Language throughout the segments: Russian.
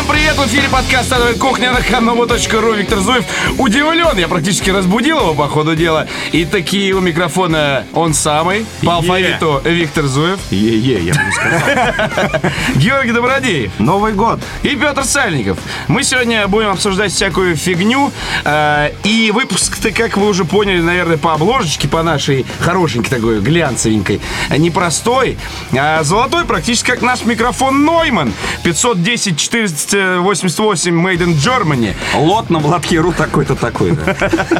привет! В эфире подкаст «Адовая кухня» на kanobu.ru. Виктор Зуев удивлен. Я практически разбудил его по ходу дела. И такие у микрофона он самый. По алфавиту Виктор Зуев. Я бы сказал. Георгий Добродеев. Новый год. И Петр Сальников. Мы сегодня будем обсуждать всякую фигню. И выпуск-то, как вы уже поняли, наверное, по обложечке, по нашей хорошенькой такой, глянцевенькой, непростой, а золотой, практически как наш микрофон Neumann. 510-488 Made in Germany. Лот на молотке.ру такой-то такой-то.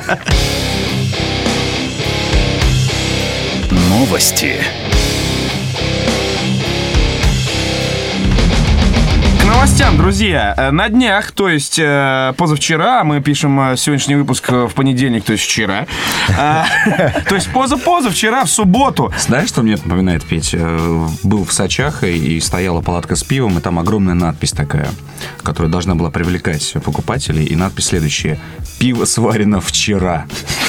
Новости. К новостям, друзья. На днях, то есть позавчера, мы пишем сегодняшний выпуск в понедельник, то есть вчера. То есть позавчера, в субботу. Знаешь, что мне это напоминает, Петь? Был в Сочах, и стояла палатка с пивом, и там огромная надпись такая, которая должна была привлекать покупателей, и надпись следующая: «Пиво сварено вчера».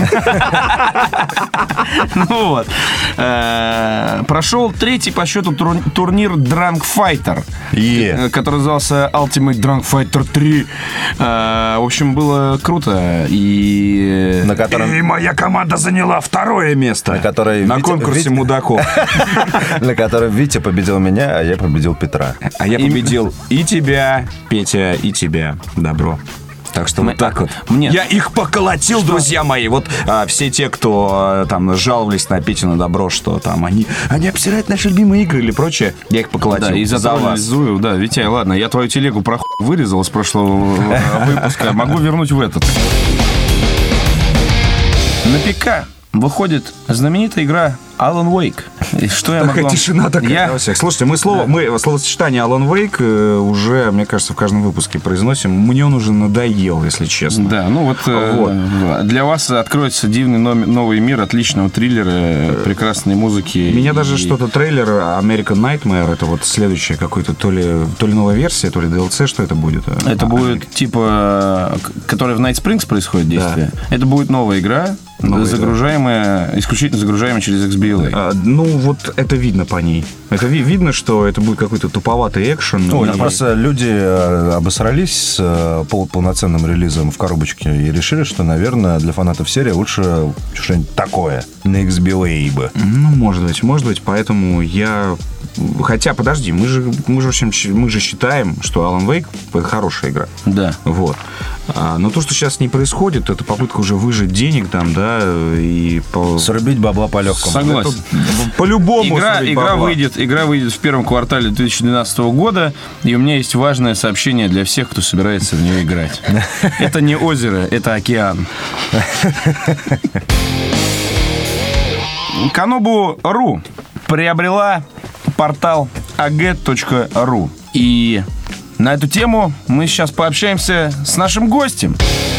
Ну вот. Прошел третий по счету турнир Drunk Fighter, который назывался Ultimate Drunk Fighter 3. В общем, было круто. И моя команда заняла второе место на конкурсе мудаков. На котором Витя победил меня, а я победил Петра. А я победил и тебя, Петя, и тебя. Добро. Так что вот так вот. Я их поколотил, друзья мои. Вот все те, кто там жаловались на Петю, на Добро, что там они обсирают наши любимые игры или прочее, я их поколотил. Да, и за вас. Зуев, да, Витя, ладно, я твою телегу про вырезал с прошлого выпуска. Могу вернуть в этот. На ПК выходит знаменитая игра Alan Wake. И что я такая могу... тишина такая. Слушайте, мы словосочетание Alan Wake уже, мне кажется, в каждом выпуске произносим. Мне он уже надоел, если честно. Да, ну вот. Для вас откроется дивный новый мир отличного триллера, прекрасной музыки. Меня даже что-то трейлер American Nightmare, это вот следующая какой-то то ли новая версия, то ли DLC, что это будет? Это будет типа, которая в Night Springs происходит действие. Да. Это будет новая игра, исключительно загружаемая через XBLA. Ну, вот это видно по ней. Это видно, что это будет какой-то туповатый экшен. Просто люди обосрались с полноценным релизом в коробочке и решили, что, наверное, для фанатов серии лучше что-нибудь такое на XBLA бы. Ну, может быть, поэтому я... Хотя, подожди, мы же считаем, что Alan Wake — это хорошая игра. Да. Вот. Но то, что сейчас не происходит, это попытка уже выжать денег там, да, и... Срубить бабла по-легкому. Согласен. По-любому игра выйдет в первом квартале 2012 года, и у меня есть важное сообщение для всех, кто собирается в нее играть. Это не озеро, это океан. kanobu.ru приобрела портал aget.ru. И на эту тему мы сейчас пообщаемся с нашим гостем.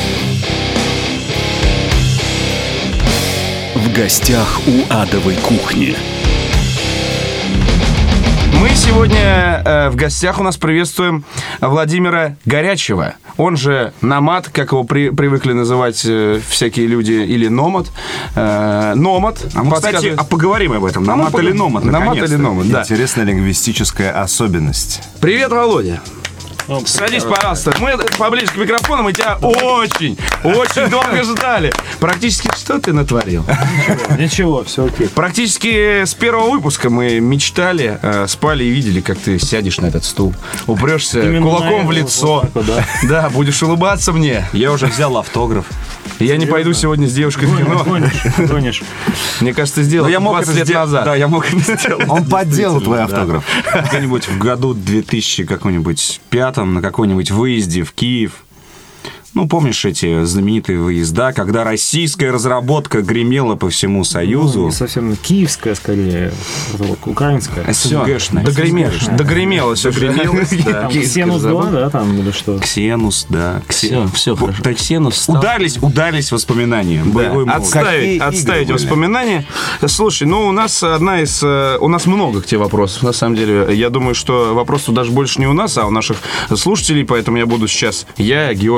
В гостях у Адовой кухни. Мы сегодня в гостях у нас приветствуем Владимира Горячева. Он же Номад, как его привыкли называть всякие люди, или Номад. Номад. А мы, кстати, поговорим об этом. Номад или Номад, Номад или Номад, да. Интересная лингвистическая особенность. Привет, Володя. Садись, пожалуйста. Мы поближе к микрофону, мы тебя очень долго ждали. Практически что ты натворил? Ничего, все окей. Практически с первого выпуска мы мечтали, спали и видели, как ты сядешь на этот стул, упрешься кулаком в лицо. Вот так вот, да, будешь улыбаться мне. Я уже взял автограф. Я не пойду сегодня с девушкой в кино. Гонишь. Мне кажется, сделал 20 лет назад. Да, я мог это сделать. Он подделал твой автограф. Где-нибудь в году 2005 на какой-нибудь выезде в Киев. Ну, помнишь эти знаменитые выезда, когда российская разработка гремела по всему Союзу? Не совсем киевская, скорее, украинская. СНГшная. Догремело все. Ксенус 2, да, там, или что? Ксенус, да. Все хорошо. Да, Ксенус. Удались воспоминания. Да. Отставить воспоминания. Слушай, ну, у нас у нас много к тебе вопросов, на самом деле. Я думаю, что вопросов даже больше не у нас, а у наших слушателей, поэтому я буду сейчас, Георгий и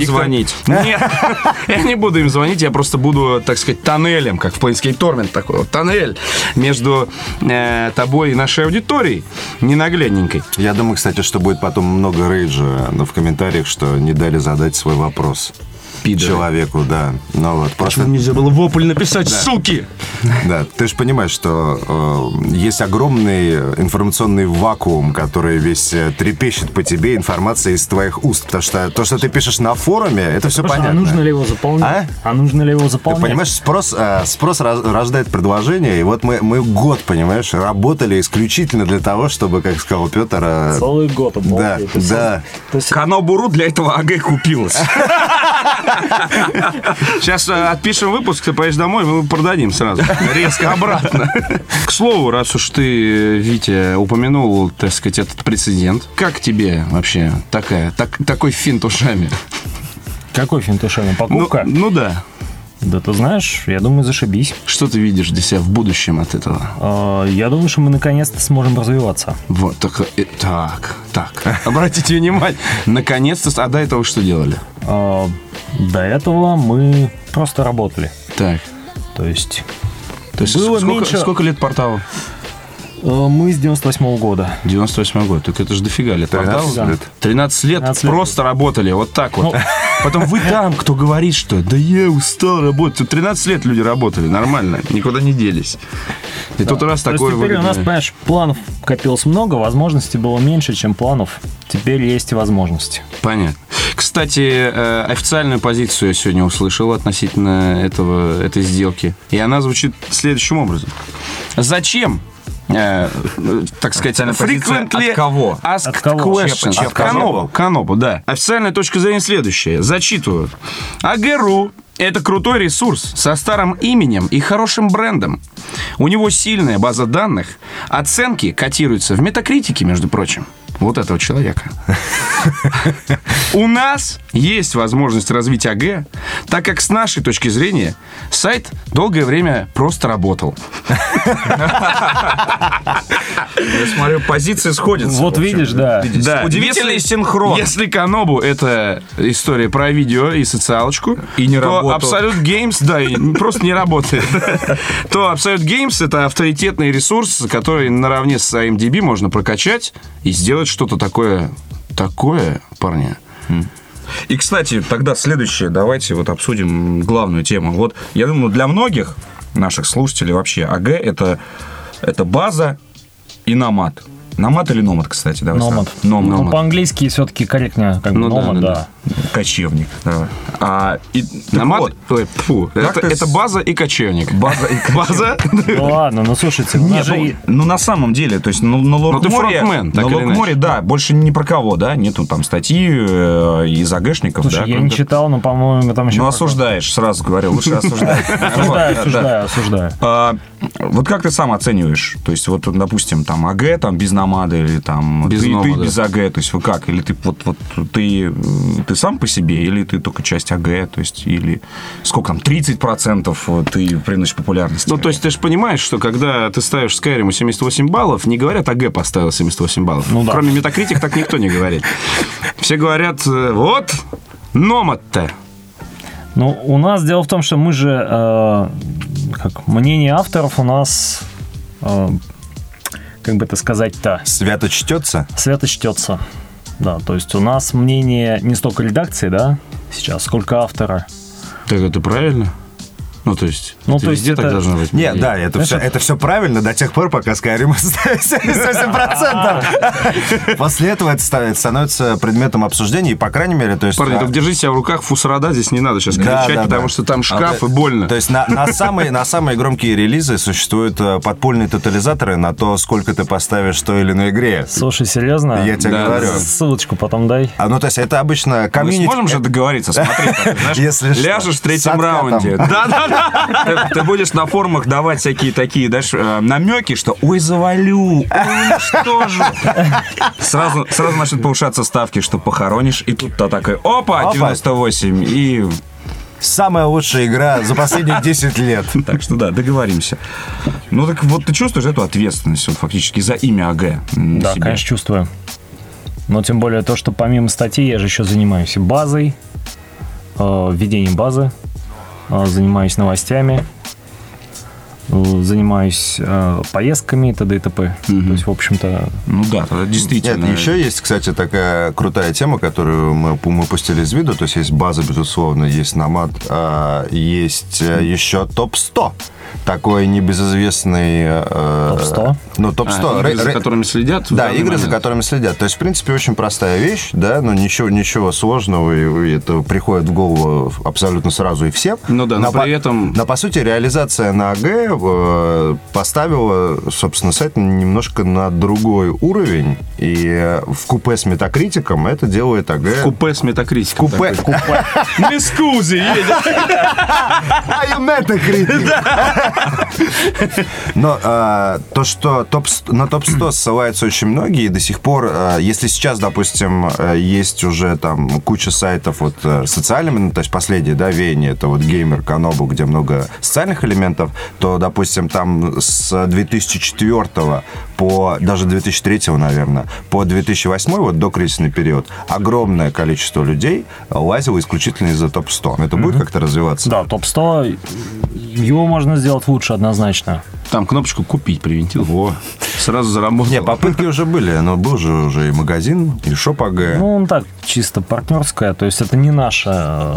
звонить. Нет, я не буду им звонить, я просто буду, так сказать, тоннелем, как в Planescape Torment такой вот, тоннель между тобой и нашей аудиторией, ненаглядненькой. Я думаю, кстати, что будет потом много рейджа в комментариях, что не дали задать свой вопрос. Человеку, да. Ну вот, просто нельзя было вопль написать, да. Суки! Да, ты же понимаешь, что есть огромный информационный вакуум, который весь трепещет по тебе информацией из твоих уст. Потому что то, что ты пишешь на форуме, это все понятно. А нужно ли его заполнять? Ты понимаешь, спрос рождает предложение, и вот мы год, понимаешь, работали исключительно для того, чтобы, как сказал Петр... Целый год. Да. Канобуру для этого АГ купилось. Сейчас отпишем выпуск, ты поедешь домой, мы продадим сразу. Резко обратно. К слову, раз уж ты, Витя, упомянул, так сказать, этот прецедент, как тебе вообще такой финт ушами? Какой финт ушами? Покупка? Ну да. Да ты знаешь, я думаю, зашибись. Что ты видишь для себя в будущем от этого? Я думаю, что мы наконец-то сможем развиваться. Вот, так. Обратите внимание, наконец-то, а до этого что делали? До этого мы просто работали. Так. То есть было меньше... Сколько лет порталу? Мы с 98-го года. 98-й год. Так это же дофига лет. 13 лет просто работали. Вот так вот. Потом вы там, кто говорит, что да я устал работать. 13 лет люди работали. Нормально. Никуда не делись. И тут раз такое... Теперь у нас, понимаешь, планов копилось много, возможностей было меньше, чем планов. Теперь есть и возможности. Понятно. Кстати, официальную позицию я сегодня услышал относительно этой сделки. И она звучит следующим образом. Зачем? Так сказать, frequently от кого? Asked questions. От Канобу, да. Официальная точка зрения следующая. Зачитываю. АГ.ру – это крутой ресурс со старым именем и хорошим брендом. У него сильная база данных. Оценки котируются в метакритике, между прочим. Вот этого человека. У нас есть возможность развить АГ, так как с нашей точки зрения сайт долгое время просто работал. Я смотрю, позиции сходятся. Вот видишь, да. Удивительный синхрон. Если Канобу это история про видео и социалочку, и не то работал. Absolute Games, да, просто не работает. То Absolute Games это авторитетный ресурс, который наравне с IMDb можно прокачать и сделать что-то такое, парни. И, кстати, тогда следующее, давайте вот обсудим главную тему. Вот, я думаю, для многих наших слушателей вообще АГ это база и номад. Номад или номад, кстати? Давай номад. Номад. По-английски все-таки корректнее, как бы номад, да. Кочевник. Давай. Номад, это база и кочевник. База? Ну ладно, ну слушайте. Нет, ну на самом деле, то есть на Лорд-Море, да, больше ни про кого, да, нету там статьи из АГшников. Слушай, я не читал, но, по-моему, там еще... Ну осуждаешь, сразу говорю, лучше осуждай. Осуждаю. Вот как ты сам оцениваешь? То есть, вот, допустим, там АГ, там без номада, или там без ты номада. Без АГ, то есть, вы как? Или ты ты сам по себе, или ты только часть АГ, то есть, или сколько там, 30% ты приносишь популярности? Ну, то есть, ты же понимаешь, что когда ты ставишь Skyrim 78 баллов, не говорят, АГ поставил 78 баллов. Ну, да. Кроме Metacritic так никто не говорит. Все говорят, вот, номад-то. Ну, у нас дело в том, что мы же, мнение авторов у нас, как бы это сказать-то... Свято чтется? Свято чтется, да. То есть у нас мнение не столько редакции, да, сейчас, сколько автора. Так это правильно? Ну, то есть, везде так должно быть. Нет, да, это все правильно до тех пор, пока Skyrim ставит 78%. После этого это становится предметом обсуждения, и, по крайней мере, то есть... Парни, только держите себя в руках, фусарада здесь не надо сейчас кричать, потому что там шкаф и больно. То есть на самые громкие релизы существуют подпольные тотализаторы на то, сколько ты поставишь той или иной игре. Слушай, серьезно? Я тебе говорю. Ссылочку потом дай. Ну, то есть это обычно комьюнити... Мы сможем же договориться, смотри, знаешь, ляжешь в третьем раунде. Да-да-да. Ты будешь на форумах давать всякие такие, знаешь, намеки, что ой, завалю, ой, уничтожу. Сразу начнут повышаться ставки, что похоронишь, и тут-то такой, опа, 98, и... Самая лучшая игра за последние 10 лет. Так что да, договоримся. Ну так вот ты чувствуешь эту ответственность вот, фактически за имя АГ? Да, конечно, чувствую. Но тем более то, что помимо статей я же еще занимаюсь и базой, ведением базы, занимаюсь новостями, занимаюсь поездками и т.д. и т.п. То есть, в общем-то... Ну да, действительно. Нет, еще есть, кстати, такая крутая тема, которую мы упустили из виду. То есть база, безусловно, есть Nomad, есть еще топ-100. Такой небезызвестный... Топ-100? Ну, топ-100. Игры, за которыми следят? Да, игры, за которыми следят. То есть, в принципе, очень простая вещь, да, но ничего сложного, и это приходит в голову абсолютно сразу и всем. Ну да, но при этом... Но, по сути, реализация на АГ поставила, собственно, сайт немножко на другой уровень, и в купе с Метакритиком это делает АГ... В купе с Метакритиком. В купе. Мы с Кузи едем. А я Метакритик. Но то, что на топ-100 ссылаются очень многие, и до сих пор, если сейчас, допустим, есть уже там куча сайтов вот социальными, ну, то есть последнее, да, веяние, это вот Gamer, Konobu, где много социальных элементов, то, допустим, там с 2004 по даже 2003, наверное, по 2008, вот до кризисный период, огромное количество людей лазило исключительно из-за топ-100. Это будет как-то развиваться? Да, топ-100, его можно сделать лучше однозначно. Там кнопочку «Купить» привинтил. Во, сразу заработал. Не, попытки уже были, но был же уже и магазин, и шоп АГ. Ну, он так, чисто партнерская, то есть это не наша,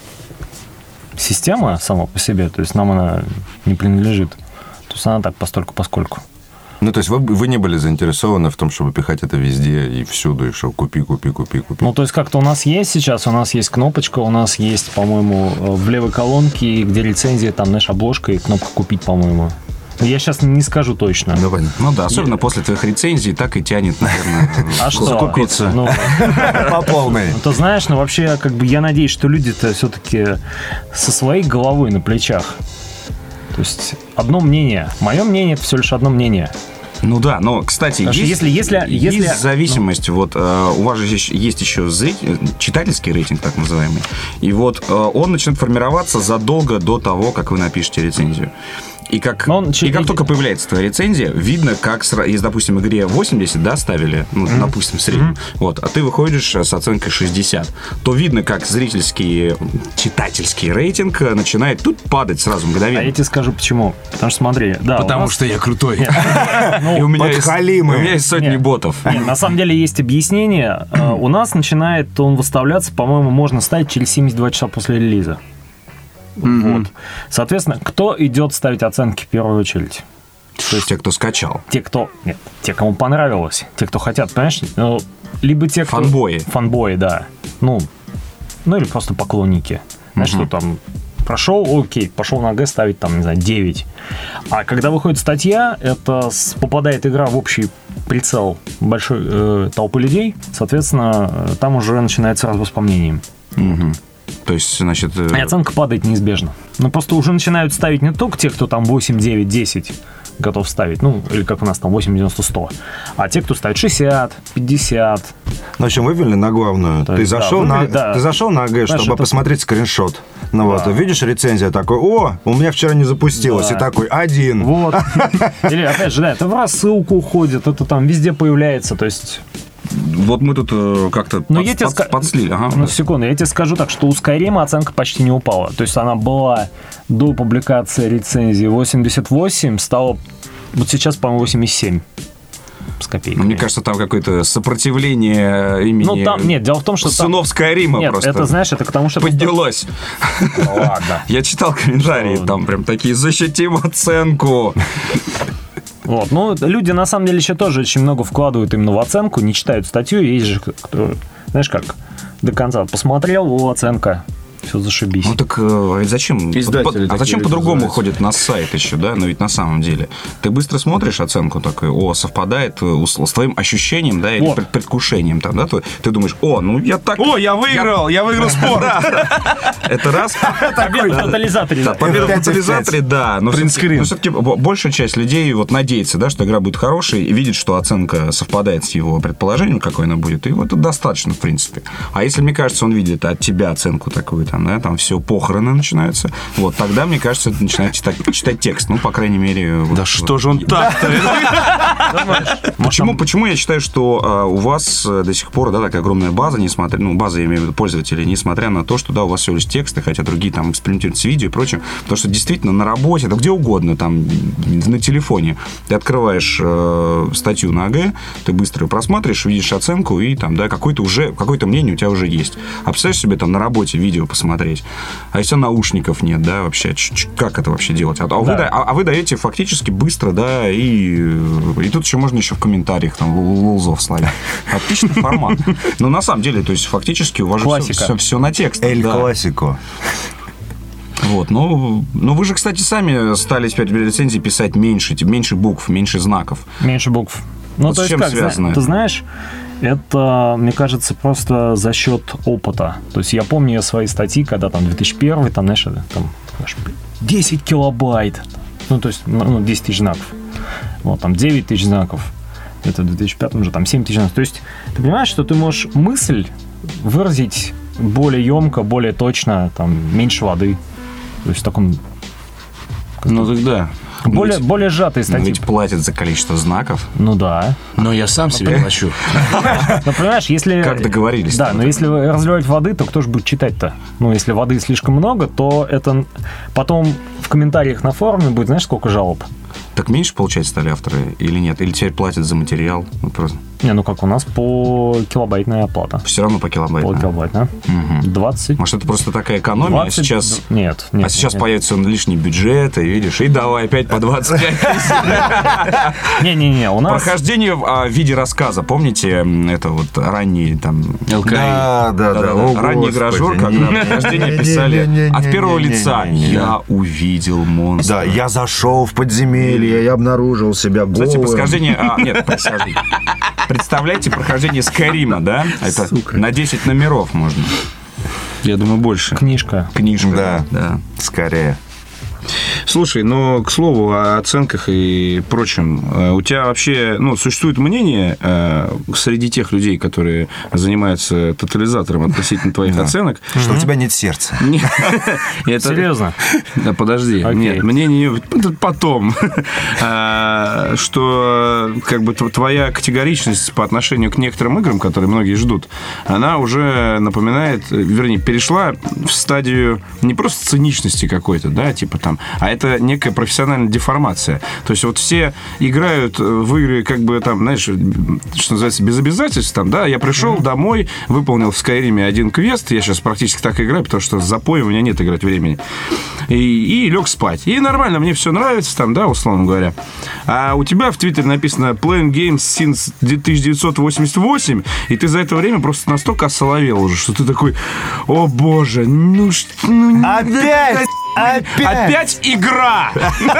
система сама по себе, то есть нам она не принадлежит. То есть она так постольку-поскольку. Ну, то есть вы не были заинтересованы в том, чтобы пихать это везде и всюду, и что купи. Ну, то есть как-то у нас есть кнопочка, у нас есть, по-моему, в левой колонке, где рецензия, там, знаешь, обложка и кнопка «Купить», по-моему. Я сейчас не скажу точно. Ну да, особенно после твоих рецензий так и тянет, наверное, закупиться. По полной. То знаешь, вообще, как бы я надеюсь, что люди-то все-таки со своей головой на плечах. То есть одно мнение. Мое мнение – это всего лишь одно мнение. Ну да, но, кстати, есть зависимость. Вот у вас же есть еще читательский рейтинг, так называемый. И вот он начинает формироваться задолго до того, как вы напишете рецензию. И как только появляется твоя рецензия, видно, как, если, допустим, игре 80, да, ставили, допустим, в среднем, вот, а ты выходишь с оценкой 60, то видно, как читательский рейтинг начинает тут падать сразу мгновенно. А я тебе скажу, почему. Потому что, смотри, да. Потому что я крутой. И у меня есть сотни ботов. На самом деле есть объяснение. У нас начинает он выставляться, по-моему, можно ставить через 72 часа после релиза. Вот. Соответственно, кто идет ставить оценки в первую очередь? То есть те, кто скачал. Те, кому понравилось. Те, кто хотят, понимаешь? Либо те, кто... Фанбои, да. Или просто поклонники. Знаешь, что там прошел, окей, пошел на АГ ставить там, не знаю, 9. А когда выходит статья, это попадает игра в общий прицел большой толпы людей. Соответственно, там уже начинается разброс по мнениям. То есть, значит... И оценка падает неизбежно. Просто уже начинают ставить не только те, кто там 8, 9, 10 готов ставить, или как у нас там 8, 90, 100, а те, кто ставит 60, 50. В общем, вывели на главную. Ты зашел на АГ, чтобы посмотреть скриншот. Видишь рецензия такой, у меня вчера не запустилось, и такой, 1. Вот. Или, опять же, это в рассылку уходит, это там везде появляется, то есть... Вот мы тут как-то подслили. Секунду, я тебе скажу так, что у Skyrim оценка почти не упала. То есть она была до публикации рецензии 88, стала вот сейчас, по-моему, 87 с копейками. Мне кажется, там какое-то сопротивление имени нет, дело в том, что сынов Скайрима просто. Это, знаешь, это к тому, что... Поднялось. Ладно. Я читал комментарии, там прям такие: защитим оценку. Вот. Люди, на самом деле, еще тоже очень много вкладывают именно в оценку, не читают статью. Есть же, кто, знаешь, как до конца посмотрел, оценка, все зашибись. Так зачем? Зачем по-другому ходят на сайт еще, да? Но ведь на самом деле ты быстро смотришь оценку, такой, совпадает с твоим ощущением, да, или предвкушением, там, да? Ты думаешь, я выиграл спор. Это раз. Победа в тотализаторе. Победа в тотализаторе, да. Но все-таки большая часть людей надеется, да, что игра будет хорошей, и видит, что оценка совпадает с его предположением, какой она будет, и это достаточно, в принципе. А если, мне кажется, он видит от тебя оценку такую, там все похороны начинаются, вот тогда, мне кажется, начинает читать текст. Ну, по крайней мере... Да вот, что же он так-то? Почему я считаю, что у вас до сих пор, да, такая огромная база, несмотря, ну, база, я имею в виду пользователей, несмотря на то, что, да, у вас всего лишь тексты, хотя другие там экспериментируют с видео и прочим, потому что действительно на работе, да где угодно, там, на телефоне, ты открываешь статью на АГ, ты быстро ее просматриваешь, видишь оценку, и там, да, какое-то мнение у тебя уже есть. А представляешь себе там на работе видео посмотреть, а если наушников нет, да, вообще, как это вообще делать? А вы даете фактически быстро, да, и тут еще можно еще в комментариях там лулзов словить. Отличный формат. Но на самом деле, то есть фактически у вас же все на текст. Эль классико. Вот, ну вы же, кстати, сами стали теперь в рецензии писать меньше букв, меньше знаков. Меньше букв. Ну, вот то с чем связано? Ты знаешь, это, мне кажется, просто за счет опыта. То есть я помню свои статьи, когда там 2001, там, знаешь, там 10 килобайт, ну, то есть 10 тысяч знаков. Вот, там 9 тысяч знаков. Это в 2005 уже там 7 тысяч знаков. То есть ты понимаешь, что ты можешь мысль выразить более емко, более точно, там, меньше воды. То есть в таком... Ну, тогда... Более сжатые статьи. Ведь платят за количество знаков. Ну да. Но я сам себе плачу. Ну, понимаешь, если... Как договорились. Да, но если разливать воды, то кто же будет читать-то? Ну, если воды слишком много, то это потом в комментариях на форуме будет, знаешь, сколько жалоб? Так меньше, получается, стали авторы или нет? Или теперь платят за материал? Ну, просто... Не, ну как у нас по килобайтная оплата. Все равно по килобайтной. По килобайтной. 20. Может, это просто такая экономия? 20... Сейчас... Нет. А сейчас появится лишний бюджет, и видишь, и давай опять по 25. Не-не-не, у нас... Прохождение в виде рассказа. Помните, это вот ранний там... ЛКИ. Да. Ранний гражур, когда прохождение писали от первого лица. Я увидел монстра. Да, я зашел в подземелье, я обнаружил себя голым. Кстати, прохождение... Нет, представляете, прохождение Скайрима, да? Это на 10 номеров можно. Я думаю, больше. Книжка. Да. Скорее. Слушай, но, к слову, о оценках и прочем, у тебя вообще, существует мнение среди тех людей, которые занимаются тотализатором относительно твоих оценок, что у тебя нет сердца. Серьезно? Да, подожди. Нет, мнение потом, что как бы твоя категоричность по отношению к некоторым играм, которые многие ждут, она уже напоминает, вернее, перешла в стадию не просто циничности какой-то, да, типа там, а это некая профессиональная деформация. То есть вот все играют в игры как бы там, знаешь, что называется, без обязательств. Там, да, я пришел домой, выполнил в Скайриме один квест, я сейчас практически так играю, потому что с запоем у меня нет играть времени. И лег спать. И нормально, мне все нравится, там, да, условно говоря. А у тебя в Твиттере написано Playing Games since 1988, и ты за это время просто настолько осоловел уже, что ты такой, о боже, Опять игра!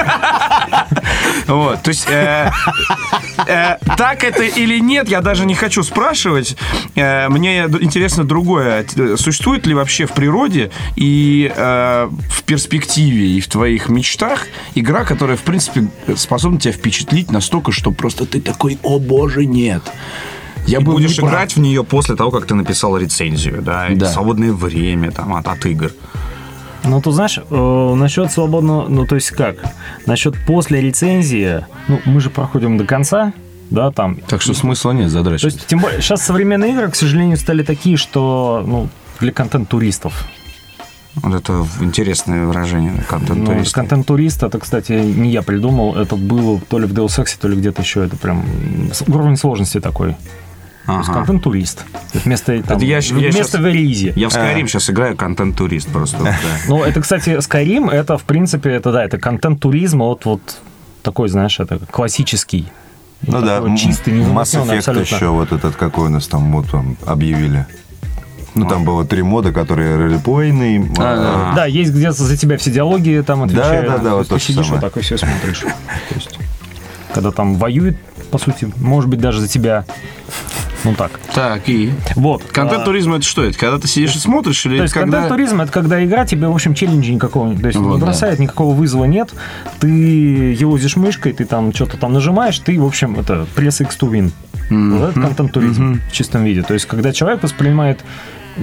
Вот, то есть, так это или нет, я даже не хочу спрашивать. Мне интересно другое. Существует ли вообще в природе и в перспективе, и в твоих мечтах игра, которая, в принципе, способна тебя впечатлить настолько, что просто ты такой, о боже, нет. Я будешь играть в нее после того, как ты написал рецензию, да, и свободное время там, от игр. Ну, ты знаешь, насчет свободного... то есть как? Насчет после рецензии, мы же проходим до конца, да, там... Так что смысла нет задрачивать. То есть, тем более, сейчас современные игры, к сожалению, стали такие, что, для контент-туристов. Вот это интересное выражение, контент-турист. Контент-турист, это, кстати, не я придумал, это было то ли в Deus Ex, то ли где-то еще, это прям уровень сложности такой. То есть контент-турист. Вместо Веризи. Я в Skyrim сейчас играю контент-турист просто. Ну, это, кстати, Skyrim, это, в принципе, это контент-туризм, вот такой, знаешь, это классический. Ну да, чистый, Mass Effect еще, вот этот, какой у нас там мод объявили. Там было 3 мода, которые ролеплейный. Да, есть где-то за тебя все диалоги там отвечают. Да, вот ты сидишь вот так и все смотришь. То есть, когда там воюют, по сути, может быть, даже за тебя. Так. Так, и? Вот. Контент-туризм это что? Это когда ты сидишь и смотришь? Или то есть контент-туризм это когда игра тебе, в общем, челленджа никакого, то есть не бросает, никакого вызова нет. Ты елозишь мышкой, ты там что-то там нажимаешь, ты, в общем, это press X to win. Вот это контент-туризм в чистом виде. То есть когда человек воспринимает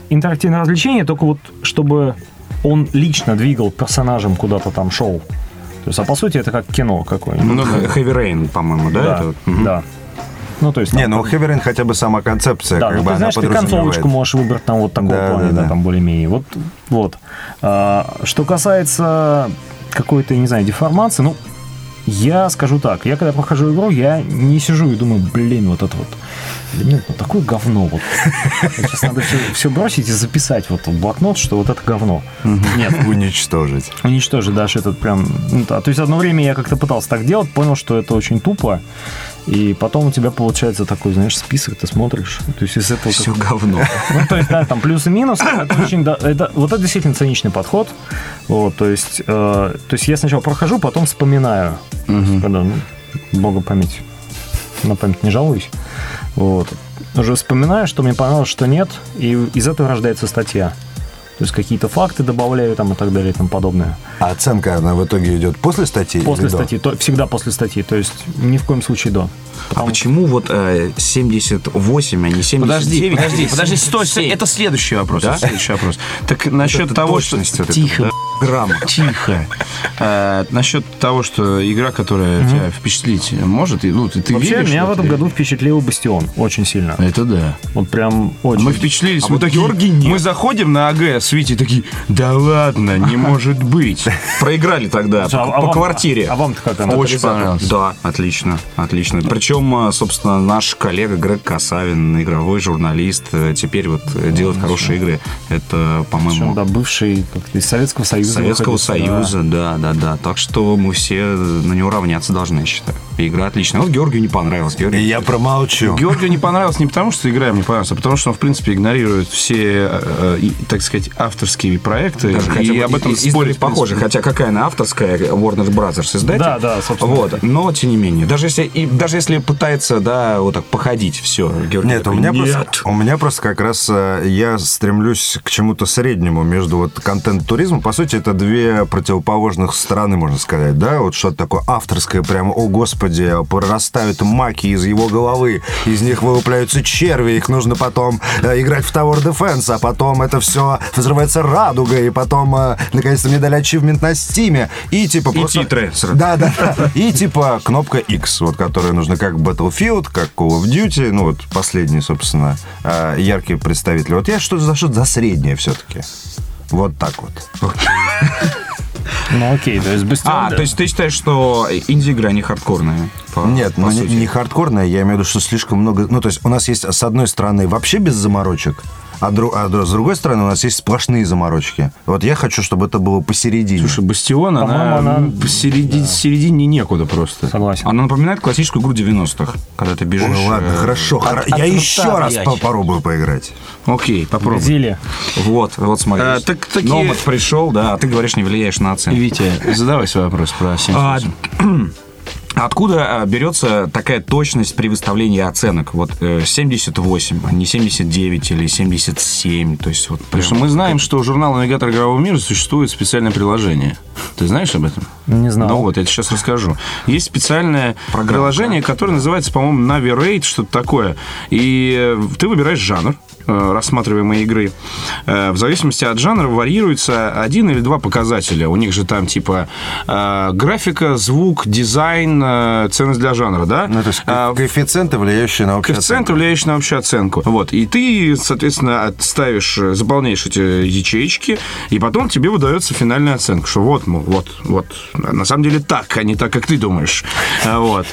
интерактивное развлечение, только вот чтобы он лично двигал персонажем, куда-то там шел. То есть, а по сути это как кино какое-нибудь. Ну, Heavy Rain, по-моему, да? Да, это? да. Ну, то есть, там, у Heavy Rain хотя бы сама концепция, да, как ну, бы ты она знаешь, ты подразумевает. концовочку можешь выбрать там вот такого плана, да, там более-менее. Вот. Что касается какой-то, не знаю, деформации, ну, я скажу так, я когда прохожу игру, я не сижу и думаю, блин, вот это вот, ну, такое говно. Вот. Сейчас надо все бросить и записать вот в блокнот, что вот это говно. Нет. Уничтожить. Уничтожить, да, что это прям... Ну, да. То есть одно время я как-то пытался так делать, понял, что это очень тупо, и потом у тебя получается такой, знаешь, список, ты смотришь. То есть из этого... Все говно. Ну, то есть, да, там плюсы и минусы. Это очень, да, вот это действительно циничный подход. Вот, то есть я сначала прохожу, потом вспоминаю. Когда, бога память. На память не жалуюсь. Вот. Уже вспоминаю, что мне понравилось, что нет, и из этого рождается статья. То есть какие-то факты добавляю там и так далее и тому подобное. А оценка, она в итоге идет после статьи? После статьи, всегда после статьи, то есть ни в коем случае до. А почему вот 78, а не 79? Подожди, стой, это следующий вопрос. Да? Следующий вопрос. Так насчет того, что... Тихо, грамма. Тихо. Насчет того, что игра, которая тебя впечатлить может, ну, ты вообще, веришь? Меня в этом году впечатлил «Бастион» очень сильно. Это да. Вот прям очень. Мы впечатлились. Мы такие, мы заходим на АГ с Витей такие, да ладно, не может быть. Проиграли тогда по квартире. А вам-то как она? Очень понравилось. Да, отлично. Причем, собственно, наш коллега Грег Касавин, игровой журналист, теперь вот делает хорошие игры. Это, по-моему... Да, бывший из Советского Союза. Советского Союза, да. Так что мы все на него равняться должны, я считаю. Игра отличная. Вот Георгию не понравилось. Я промолчу. Георгию не понравилось не потому, что игра мне понравилась, а потому что он, в принципе, игнорирует все, так сказать, авторские проекты. Даже и об этом спорить похоже. Хотя какая она авторская, Warner Brothers издатель. Да, собственно. Вот. Но, тем не менее, даже если пытается, да, вот так походить, все. Георгий Нет, такой, у меня просто как раз я стремлюсь к чему-то среднему между вот контент-туризмом. По сути, это две противоположных стороны, можно сказать, да? Вот что-то такое авторское, прямо, о господи, прорастают маки из его головы, из них вылупляются черви, их нужно потом играть в Tower Defense, а потом это все взрывается радугой, и потом, наконец-то, мне дали ачивмент на Стиме, и типа просто... И титры сразу. Да. И типа кнопка X, вот, которая нужна как Battlefield, как Call of Duty, ну вот последний, собственно, яркий представитель. Вот я что-то за среднее все-таки. Вот так вот. Ну окей, то есть «Бастион». То есть ты считаешь, что инди-игра не хардкорная? Нет, не хардкорная, я имею в виду, что слишком много... Ну, то есть у нас есть, с одной стороны, вообще без заморочек, а с другой стороны, у нас есть сплошные заморочки. Вот я хочу, чтобы это было посередине. Слушай, «Бастион», она посередине некуда просто. Согласен. Она напоминает классическую игру 90-х, когда ты бежишь... Ой, ладно, хорошо. Я еще раз попробую поиграть. Окей, попробуй. Зелье. Вот смотри. Номад пришел, да, а ты говоришь, не влияешь на оценку. Витя, задавай свой вопрос про 78. Откуда берется такая точность при выставлении оценок? Вот 78, а не 79 или 77. То есть вот потому что мы знаем, что у журнала «Навигатор игрового мира» существует специальное приложение. Ты знаешь об этом? Не знал. Ну вот, я тебе сейчас расскажу. Есть специальное приложение, которое называется, по-моему, Navirate, что-то такое. И ты выбираешь жанр рассматриваемой игры. В зависимости от жанра варьируется один или два показателя. У них же там типа графика, звук, дизайн, ценность для жанра, да? Ну, то есть коэффициенты, влияющие на общую коэффициенты, влияющие на общую оценку. Вот. И ты, соответственно, заполняешь эти ячеечки, и потом тебе выдается финальная оценка, что вот, мол, вот. На самом деле так, а не так, как ты думаешь. Вот.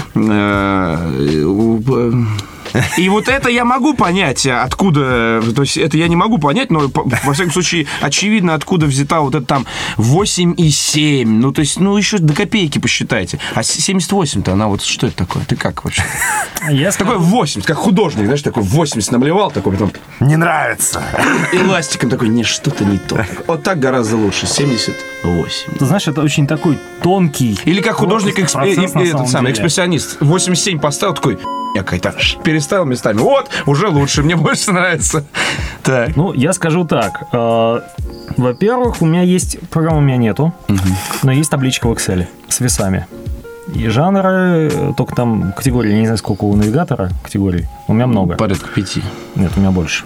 И вот это я могу понять, откуда... То есть это я не могу понять, но, во всяком случае, очевидно, откуда взята вот это там 8,7. Ну, то есть, еще до копейки посчитайте. А 78-то, она вот что это такое? Ты как вообще? Такой 80, как художник, знаешь, такой 80 намалевал, такой потом... Не нравится. Эластиком такой, не, что-то не то. Вот так гораздо лучше, 78. Ты знаешь, это очень такой тонкий... Или как художник, этот самый экспрессионист. 87 поставил, такой... Какая-то переставил местами. Вот, уже лучше, мне больше нравится. Так. Ну, я скажу так. Во-первых, у меня есть... Программы у меня нету, но есть табличка в Excel с весами. И жанры, только там категории, я не знаю, сколько у навигатора категорий. У меня много. Порядка 5. Нет, у меня больше.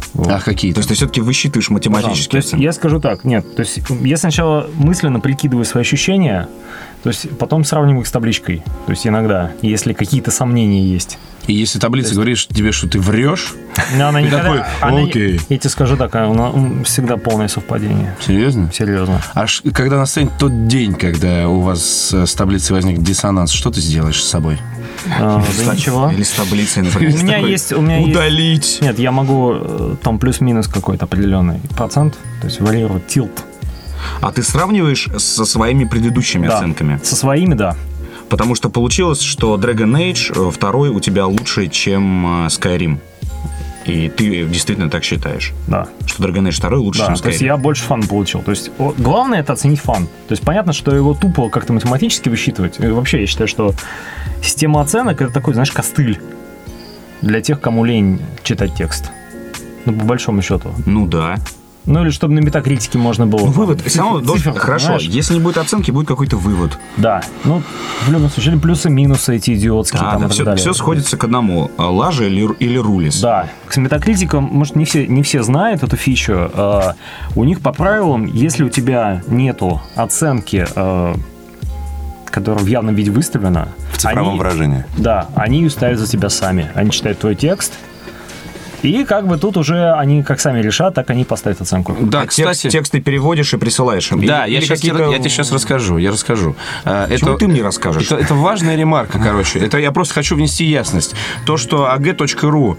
Вот. А какие? То есть ты все-таки высчитываешь математически. То есть я скажу так, нет, то есть я сначала мысленно прикидываю свои ощущения, то есть потом сравниваю их с табличкой. То есть иногда, если какие-то сомнения есть. И если таблица говорит тебе, что ты врешь, но она никогда, такой, окей. Я тебе скажу так, она всегда полное совпадение. Серьезно? Серьезно. А когда настанет тот день, когда у вас с таблицей возник диссонанс, что ты сделаешь с собой? Да ничего. Или с таблицей, например. У меня есть... Удалить. Нет, я могу там плюс-минус какой-то определенный процент, то есть варьировать тилт. А ты сравниваешь со своими предыдущими оценками? Со своими, да. Потому что получилось, что Dragon Age 2 у тебя лучше, чем Skyrim. И ты действительно так считаешь? Да. Что Dragon Age 2 лучше, чем Skyrim? То есть я больше фан получил. То есть главное — это оценить фан. То есть понятно, что его тупо как-то математически высчитывать. И вообще я считаю, что система оценок — это такой, знаешь, костыль для тех, кому лень читать текст. Ну, по большому счету. Ну да. Ну, или чтобы на метакритике можно было... Ну, вывод. Хорошо, понимаешь? если не будет оценки, будет какой-то вывод. Да. Ну, в любом случае, или плюсы-минусы эти идиотские. Да, там, да, и так далее. все сходится к одному. Лажа или рулис. Да. С метакритиком, может, не все знают эту фичу. У них по правилам, если у тебя нету оценки, которая в явном виде выставлена... В цифровом выражении. Да, они ее ставят за тебя сами. Они читают твой текст, и как бы тут уже они как сами решат, так они поставят оценку. Да, А кстати... текст ты переводишь и присылаешь им? Да, я тебе сейчас расскажу. Почему ты мне расскажешь? Это важная ремарка, короче. Это я просто хочу внести ясность. То, что ag.ru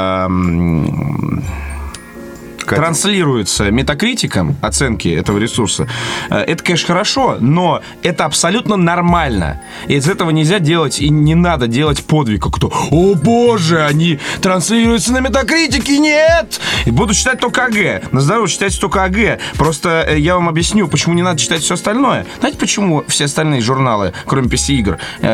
транслируется метакритиком оценки этого ресурса, это, конечно, хорошо, но это абсолютно нормально. И из этого нельзя делать, и не надо делать подвиг, как кто: «О боже, они транслируются на метакритике, нет!» И буду читать только АГ. На здоровье читайте только АГ. Просто я вам объясню, почему не надо читать все остальное. Знаете, почему все остальные журналы, кроме PC-игр,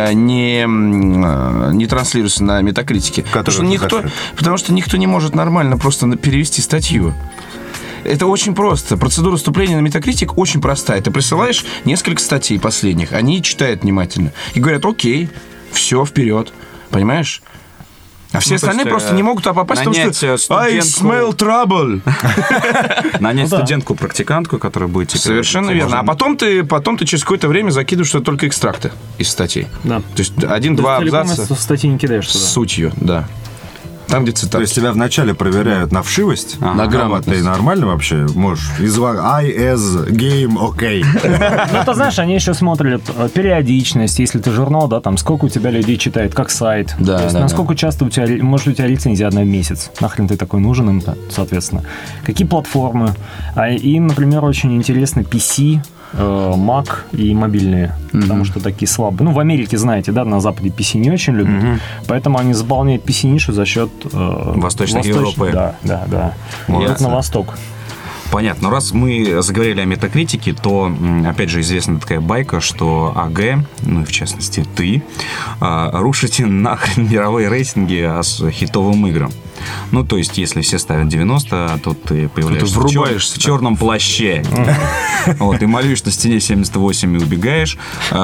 не транслируются на метакритике? Потому что никто не может нормально просто перевести статью. Это очень просто. Процедура вступления на Metacritic очень простая. Ты присылаешь несколько статей последних, они читают внимательно и говорят: окей, все, вперед. Понимаешь? А все остальные просто не могут попасть, потому что I smell trouble. Нанять студентку-практикантку, которая будет теперь... Совершенно верно. А потом ты через какое-то время закидываешь только экстракты из статей. Да. То есть 1-2 абзаца статьи не кидаешь туда. с сутью, да. Там, где цитаты. То есть тебя вначале проверяют на вшивость, на грамотность. Ты нормально вообще можешь? I as game, окей. Ну, ты знаешь, они еще смотрят периодичность, если ты журнал, да, там, сколько у тебя людей читает, как сайт. Да, то есть, насколько часто у тебя, может, у тебя лицензия одна в месяц. Нахрен ты такой нужен им, соответственно. Какие платформы. Им, например, очень интересны PC, Mac и мобильные, потому что такие слабые. Ну, в Америке, знаете, да, на Западе PC не очень любят, поэтому они заполняют PC-нишу за счет Восточной Европы. Да. Идут на восток. Понятно. Но раз мы заговорили о метакритике, то, опять же, известна такая байка, что АГ, ну и в частности ты, рушите нахрен мировые рейтинги с хитовым играм. Ну, то есть, если все ставят 90, то ты появляешься в черном плаще. Вот, и малюешь на стене 78 и убегаешь,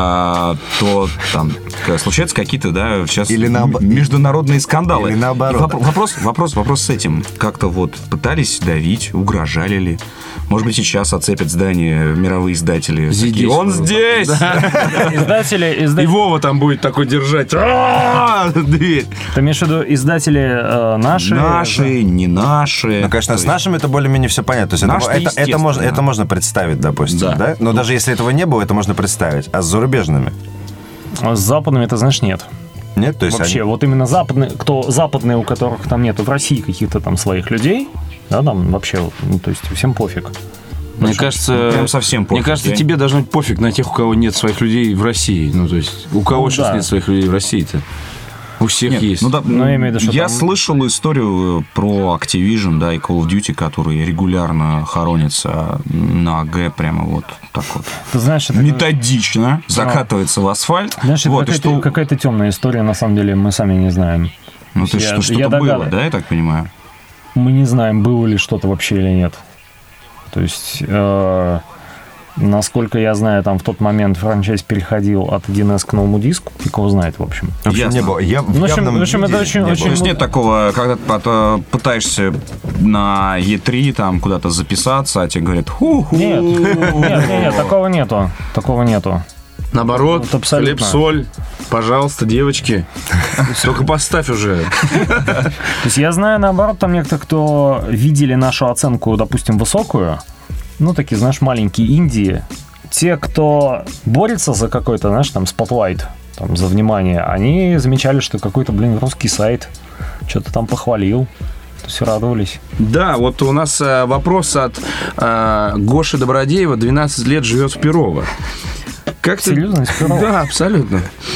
то там случаются какие-то, да, сейчас международные скандалы. Или наоборот. Вопрос с этим. Как-то вот пытались давить, угрожали ли? Может быть, сейчас оцепят здание мировые издатели. Здесь. Он здесь! Издатели... И Вова там будет такой держать. Дверь. Ты имеешь в виду издатели наши? Наши, не наши. Ну, конечно, с нашими это более-менее все понятно. То есть это можно представить, допустим, да? Но даже если этого не было, это можно представить. А с зарубежными? С западными, это, знаешь, нет. Нет? То есть вообще, вот именно западные, у которых там нету в России каких-то там своих людей, да, там вообще, ну, то есть всем пофиг. Мне кажется, прям совсем пофиг. Мне кажется, тебе должно быть пофиг на тех, у кого нет своих людей в России. Ну, то есть, у кого сейчас нет своих людей в России-то? У всех есть. Ну, да, но я имею в виду, что я слышал историю про Activision, да, и Call of Duty, которые регулярно хоронятся на АГ прямо вот так вот. Ты знаешь, это методично закатывается в асфальт. Знаешь, вот, это какая-то темная история, на самом деле, мы сами не знаем. Ну, то есть что-то было, да, я так понимаю? Мы не знаем, было ли что-то вообще или нет. То есть Насколько я знаю, там в тот момент франчайз переходил от 1С к новому диску. Фиг его знает, в общем. В общем, не было. В общем, это очень... То есть нет такого, когда ты пытаешься на E3 там куда-то записаться, а тебе говорят ху-ху. Нет, такого нету. Наоборот, хлеб, соль, пожалуйста, девочки, только поставь уже. То есть я знаю, наоборот, там некоторые, кто видели нашу оценку, допустим, высокую, ну, такие, знаешь, маленькие Индии, те, кто борется за какой-то, знаешь, там, спотлайт, там, за внимание, они замечали, что какой-то, русский сайт что-то там похвалил. То есть радовались. Да, вот у нас вопрос от Гоши Добродеева, 12 лет живет в Перово. Как серьезно? Да, абсолютно.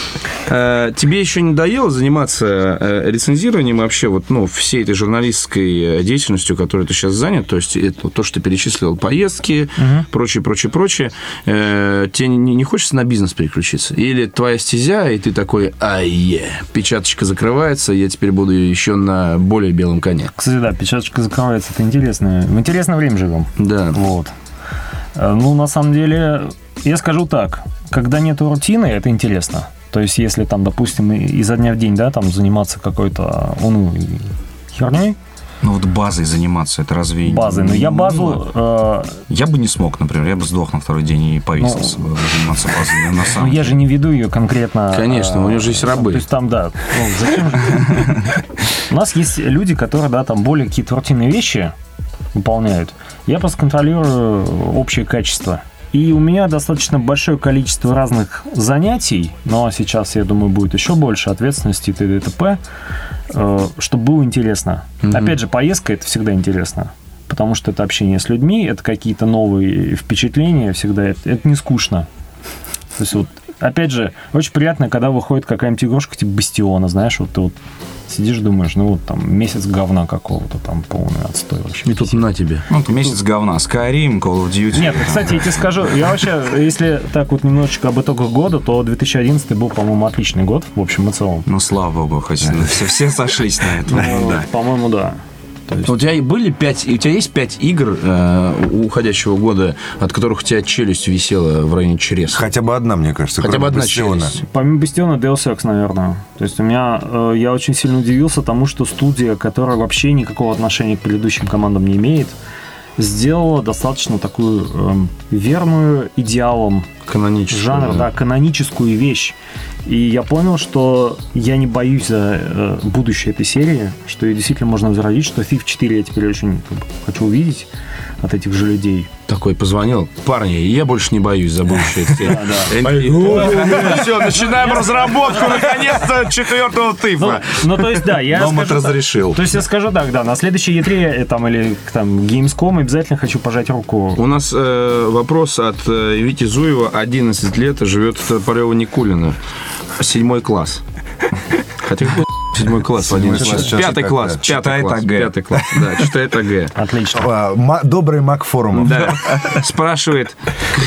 Тебе еще не надоело заниматься рецензированием вообще всей этой журналистской деятельностью, которой ты сейчас занят? То есть это то, что ты перечислил, поездки, прочее. Тебе не хочется на бизнес переключиться? Или твоя стезя, и ты такой, печаточка закрывается, я теперь буду еще на более белом коне? Кстати, да, печаточка закрывается, это интересно. В интересное время живем. Да. Вот. Ну, на самом деле, я скажу так, когда нету рутины, это интересно. То есть, если там, допустим, изо дня в день, да, там заниматься какой-то херней. Ну, вот базой заниматься, это разве... Базой, но я базу... Я бы не смог, например, я бы сдох на второй день и повесился бы заниматься базой. На самом я же не веду ее конкретно... Конечно, у нее же есть рабы. То есть, там, да, зачем же... У нас есть люди, которые, да, там более какие-то рутинные вещи выполняют. Я просто контролирую общее качество. И у меня достаточно большое количество разных занятий, но сейчас, я думаю, будет еще больше ответственности и т.д. и т.п., чтобы было интересно. Опять же, поездка – это всегда интересно, потому что это общение с людьми, это какие-то новые впечатления всегда, это не скучно. То есть, вот, опять же, очень приятно, когда выходит какая-нибудь игрушка типа Бастиона, знаешь, вот ты вот сидишь, думаешь, там месяц говна какого-то, там полный отстой вообще. И тут на тебе. Месяц говна. Skyrim, Call of Duty. Нет, кстати, я тебе скажу, я вообще, если так вот немножечко об итогах года, то 2011 был, по-моему, отличный год, в общем и целом. Ну, слава богу, хоть все сошлись на этом. По-моему, да. У тебя есть 5 игр уходящего года, от которых у тебя челюсть висела в районе чресла? Хотя бы одна, мне кажется. Хотя бы одна челюсть. Помимо Бастиона, Deus Ex, наверное. То есть я очень сильно удивился тому, что студия, которая вообще никакого отношения к предыдущим командам не имеет, сделала достаточно такую верную идеалам жанра, да, каноническую вещь. И я понял, что я не боюсь за будущее этой серии, что ее действительно можно возродить, что FIFA 4 я теперь очень хочу увидеть от этих же людей. Такой позвонил: парни, я больше не боюсь за будущее этой серии. Все, начинаем разработку, наконец-то, 4-го тыфа. Ну, то есть, да, я Номад разрешил. То есть, я скажу так, да, на следующей E3 там, или там Gamescom обязательно хочу пожать руку. У нас вопрос от Вити Зуева, 11 лет, живет в Топорево-Никулино. 7 класс. Хотя 7 класс, 11 класс. 5 класс. Читает АГ. 5 класс, да, читает АГ. Отлично. Добрый маг форумов. Да. Спрашивает: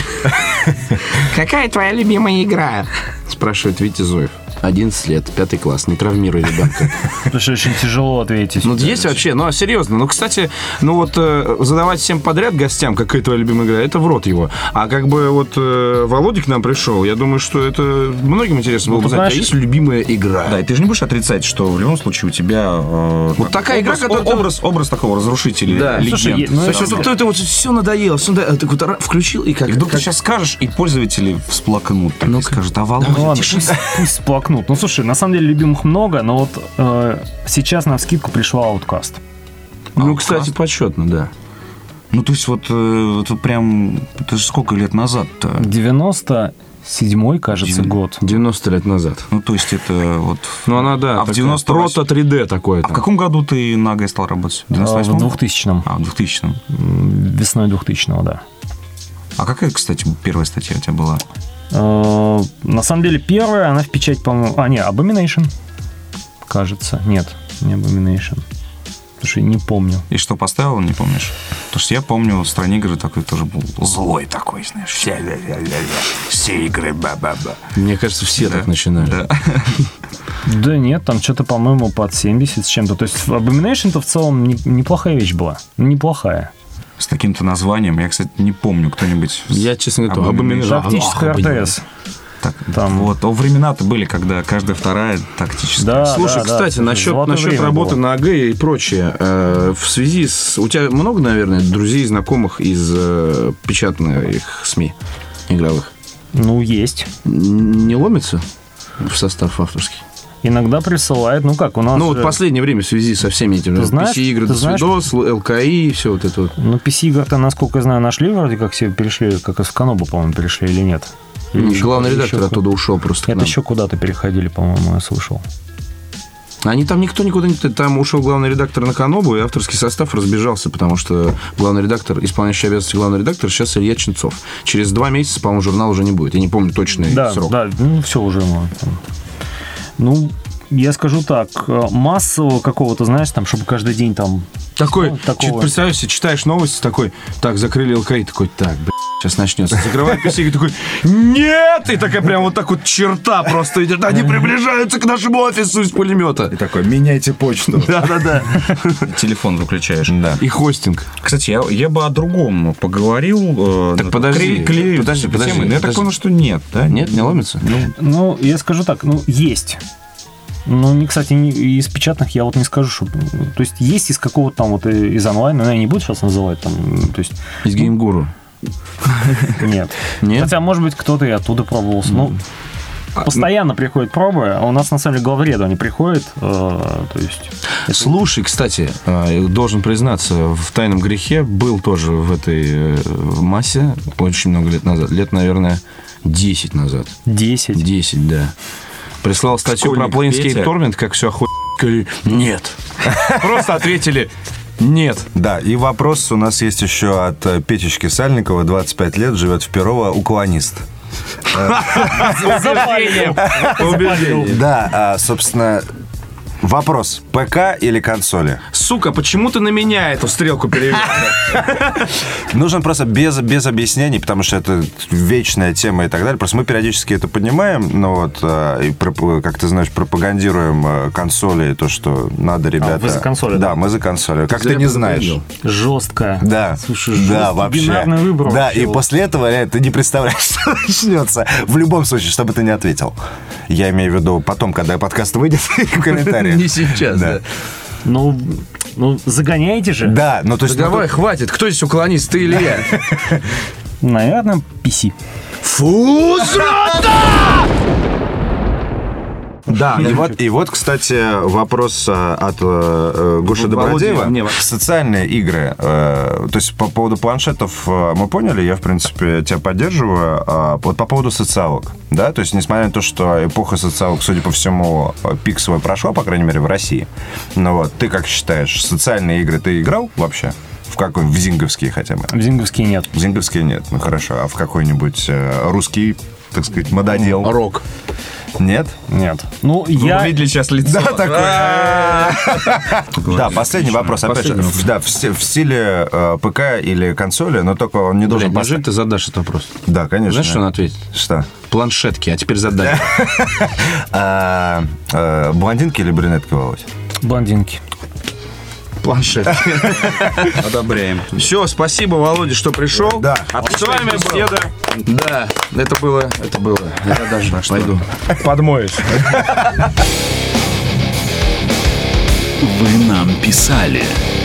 какая твоя любимая игра? Спрашивает Витя Зуев. 11 лет, 5 класс, не травмируй ребенка. Потому что очень тяжело ответить. Ну, есть вообще, серьезно. Кстати, задавать всем подряд гостям, какая твоя любимая игра, это в рот его. А как бы Володя к нам пришел, я думаю, что это многим интересно было бы знать, есть любимая игра. Да, и ты же не будешь отрицать, что в любом случае у тебя вот такая игра, которая... Образ такого разрушителя, да, легенд. Это вот все надоело, ты вот включил и как... И вдруг ты сейчас скажешь, и пользователи всплакнут. И скажут: а Володя, пусть всплакнут. Ну, слушай, на самом деле любимых много, но вот сейчас на вскидку пришла Outcast. Ну, кстати, почетно, да. Ну, то есть вот прям... Это же сколько лет назад-то? 97-й, кажется, год. 90 лет назад. Ну, то есть это вот... Ну, она, да. А в 98-м... Прото 3D такое. А в каком году ты на АГ стал работать? В 98-м? В 2000-м. А, в 2000-м. Весной 2000-го, да. А какая, кстати, первая статья у тебя была? На самом деле, первая, она в печать, по-моему... Abomination, кажется. Нет, не Abomination. Потому что я не помню. И что поставил, не помнишь? Потому что я помню, в стране игры такой тоже был злой такой, знаешь. Все игры ба-ба-ба. Мне кажется, все так начинают. Да нет, там что-то, по-моему, под 70 с чем-то. То есть Abomination-то в целом неплохая вещь была. Неплохая. с таким-то названием. Я, кстати, не помню, кто-нибудь... Я, честно говоря, Абоминежад. Тактическая РТС. Так, там вот, времена-то были, когда каждая вторая тактическая. Да, слушай, кстати, насчет работы на АГ и прочее. В связи с... У тебя много, наверное, друзей, знакомых из печатных СМИ игровых? Ну, есть. Не ломится в состав авторский? Иногда присылает, ну как, у нас... Ну, вот в последнее время в связи со всеми этими PC-игры, Досвидос, ЛКИ, все вот это вот. Ну, PC-игры-то, насколько я знаю, нашли вроде как все перешли, как из Канобу, по-моему, перешли или нет? Главный редактор оттуда ушел просто. Это еще куда-то переходили, по-моему, я слышал. Они там никто никуда не... Там ушел главный редактор на Канобу, и авторский состав разбежался, потому что главный редактор, исполняющий обязанности главного редактора, сейчас Илья Ченцов. Через 2 месяца, по-моему, журнал уже не будет. Я не помню точный срок. Да, ну, все уже. Ну, я скажу так, массового какого-то, знаешь, там, чтобы каждый день там... Такой, представляешь себе, читаешь новости, такой, так, закрыли ЛКИ, такой, так, сейчас начнется. Закрывает PC и такой, нет! И такая прям вот так вот черта просто идет. Они приближаются к нашему офису из пулемета. И такой, меняйте почту. Да-да-да. Телефон выключаешь. Да. И хостинг. Кстати, я бы о другом поговорил. Так подожди. Подожди. Но я так понял, что нет, да? Нет, не ломится? Ну, я скажу так, ну, есть. Ну, кстати, из печатных я вот не скажу, что... То есть, есть из какого-то там вот из онлайна, но я не буду сейчас называть там, то есть... Из геймгуру? Нет. Хотя, может быть, кто-то и оттуда пробовался. Ну, постоянно приходят пробы, а у нас, на самом деле, главреду они приходят, то есть... Слушай, кстати, должен признаться, в «Тайном грехе» был тоже в этой массе очень много лет назад. Лет, наверное, 10 назад. 10? 10, да. Прислал статью про Planescape Torment, как все охуенно. Нет. Просто ответили нет. Да, и вопрос у нас есть еще от Петечки Сальникова, 25 лет, живет в Перово, уклонист. Да, собственно... Вопрос, ПК или консоли? Сука, почему ты на меня эту стрелку перевел? Нужен просто без объяснений, потому что это вечная тема и так далее. Просто мы периодически это поднимаем, но вот, и, как ты знаешь, пропагандируем консоли, то, что надо, ребята... Вы за консоли? Да, мы за консоли. Как ты не знаешь? Жестко. Да. Слушай, жесткий вообще. бинарный выбор. Да, и после этого ты не представляешь, что начнется. В любом случае, чтобы ты не ответил. Я имею в виду потом, когда подкаст выйдет, в комментариях. Не сейчас, да. Ну, загоняйте же. Да, ну то есть... Давай, хватит. Кто здесь уклонист, ты или я? Наверное, PC. Фу, Да, и вот, кстати, вопрос от Гоши Добродеева. Социальные игры. То есть по поводу планшетов мы поняли, я, в принципе, тебя поддерживаю. Вот по поводу социалок, да, то есть несмотря на то, что эпоха социалок, судя по всему, пик свой прошла, по крайней мере, в России. Но вот ты как считаешь, социальные игры ты играл вообще? В зинговские хотя бы? В зинговские нет. В зинговские нет, ну хорошо. А в какой-нибудь русский, так сказать, мододел? Рок. Нет? Нет. Ну, я... Вы видели сейчас лицо. Да, такой. Да, последний вопрос. Опять же, да, в стиле ПК или консоли, но только он не должен... Неужели ты задашь этот вопрос? Да, конечно. Знаешь, что он ответит? Что? Планшетки, а теперь задай. Блондинки или брюнетки, Володь? Блондинки. Планшет. Одобряем. Все, спасибо, Володя, что пришел. Да. С вами беседа. Да, это было. Я даже пойду. Подмоюсь. Вы нам писали.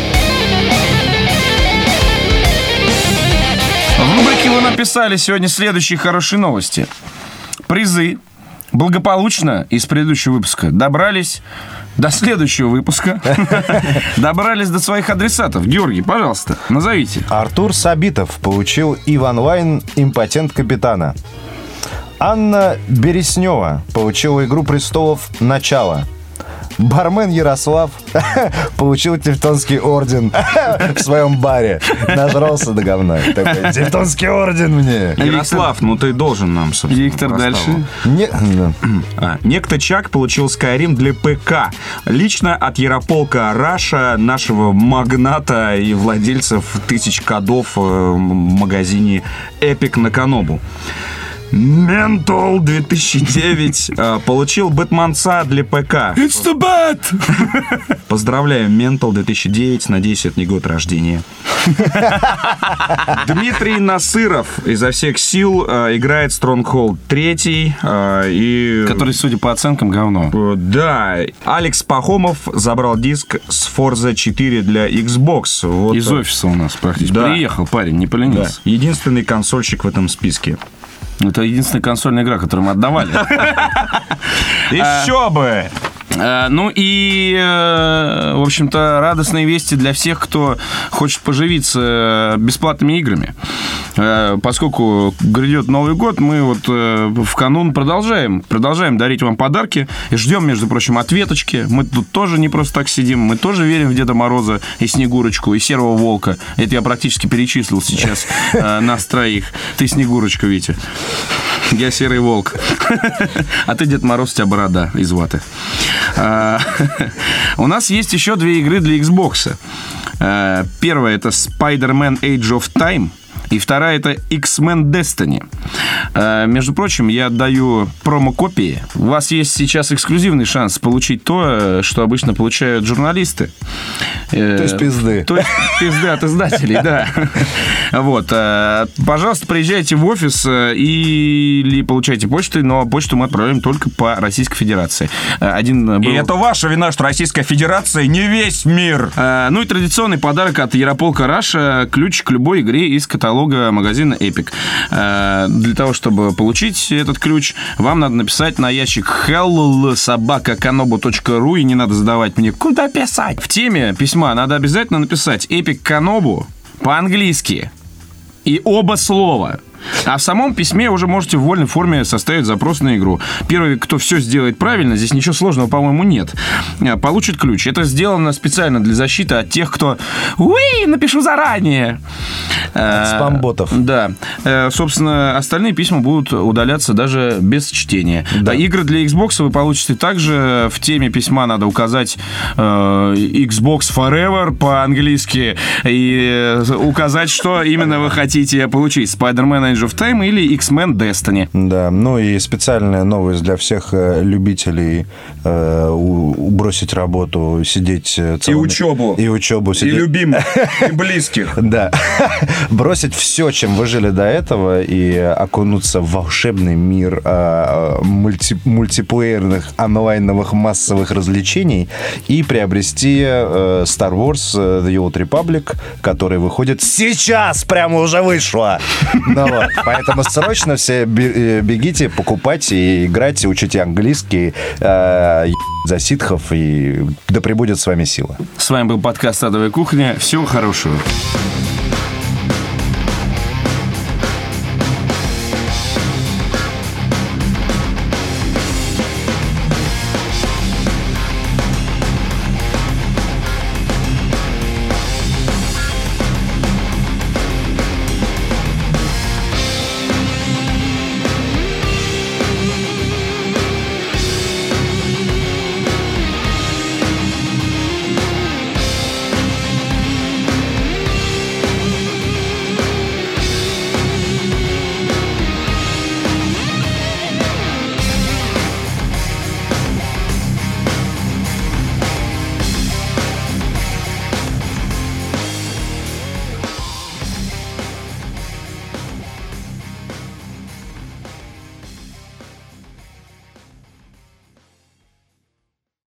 В рубрике «Вы написали» сегодня следующие хорошие новости. Призы благополучно из предыдущего выпуска добрались до следующего выпуска. Добрались до своих адресатов. Георгий, пожалуйста, назовите. Артур Сабитов получил Иванлайн «Импотент капитана». Анна Береснева получила «Игру престолов. Начало». Бармен Ярослав получил Тевтонский орден в своем баре. Нажрался до говна. Такой, Тевтонский орден мне. Ярослав, ну ты должен нам, собственно. Виктор, дальше. Некто Чак получил Skyrim для ПК. Лично от Ярополка Раша, нашего магната и владельцев 1000 кодов в магазине Epic на Канобу. Mental 2009 получил Бэтменца для ПК. It's the bat! Поздравляю, Mental 2009. Надеюсь, это не год рождения. Дмитрий Насыров изо всех сил играет Stronghold 3. Который, судя по оценкам, говно. Да. Алекс Пахомов забрал диск с Forza 4 для Xbox. Вот. Из офиса у нас практически. Да. Приехал парень, не поленился. Да. Единственный консольщик в этом списке. Это единственная консольная игра, которую мы отдавали. Еще бы! Ну и, в общем-то, радостные вести для всех, кто хочет поживиться бесплатными играми. Поскольку грядет Новый год, мы вот в канун продолжаем дарить вам подарки. И ждем, между прочим, ответочки. Мы тут тоже не просто так сидим. Мы тоже верим в Деда Мороза и Снегурочку, и Серого Волка. Это я практически перечислил сейчас нас троих. Ты Снегурочка, Витя. Я Серый Волк. А ты Дед Мороз, у тебя борода из ваты. У нас есть еще 2 игры для Xbox. Первая — это Spider-Man Age of Time. И вторая — это X-Men Destiny. Между прочим, я отдаю промо-копии. У вас есть сейчас эксклюзивный шанс получить то, что обычно получают журналисты. То есть пизды. То есть пизды от издателей, да. Вот. Пожалуйста, приезжайте в офис или получайте почту, но почту мы отправляем только по Российской Федерации. И это ваша вина, что Российская Федерация не весь мир. Ну и традиционный подарок от Ярополка Раша. Ключ к любой игре из каталога магазина Epic. Для того, чтобы получить этот ключ, вам надо написать на ящик hello@kanobu.ru, и не надо задавать мне, куда писать. В теме письма надо обязательно написать Epic Kanobu по-английски и оба слова. А в самом письме уже можете в вольной форме составить запрос на игру. Первый, кто все сделает правильно, здесь ничего сложного, по-моему, нет, получит ключ. Это сделано специально для защиты от тех, кто напишу заранее. От спам-ботов. Да. Собственно, остальные письма будут удаляться даже без чтения. Да. Игры для Xbox вы получите также. В теме письма надо указать Xbox Forever по-английски и указать, что именно вы хотите получить. Spider-Man Age of Time или X-Men Destiny. Да, ну и специальная новость для всех любителей бросить работу, сидеть... И учебу. И учебу. И любимых, и близких. Да. Бросить все, чем вы жили до этого, и окунуться в волшебный мир мультиплеерных онлайновых массовых развлечений и приобрести Star Wars The Old Republic, который выходит сейчас, прямо уже вышло. Ну вот, поэтому срочно все бегите, покупайте и играйте, учите английский, за ситхов, и да пребудет с вами сила. С вами был подкаст «Адовая кухня». Всего хорошего.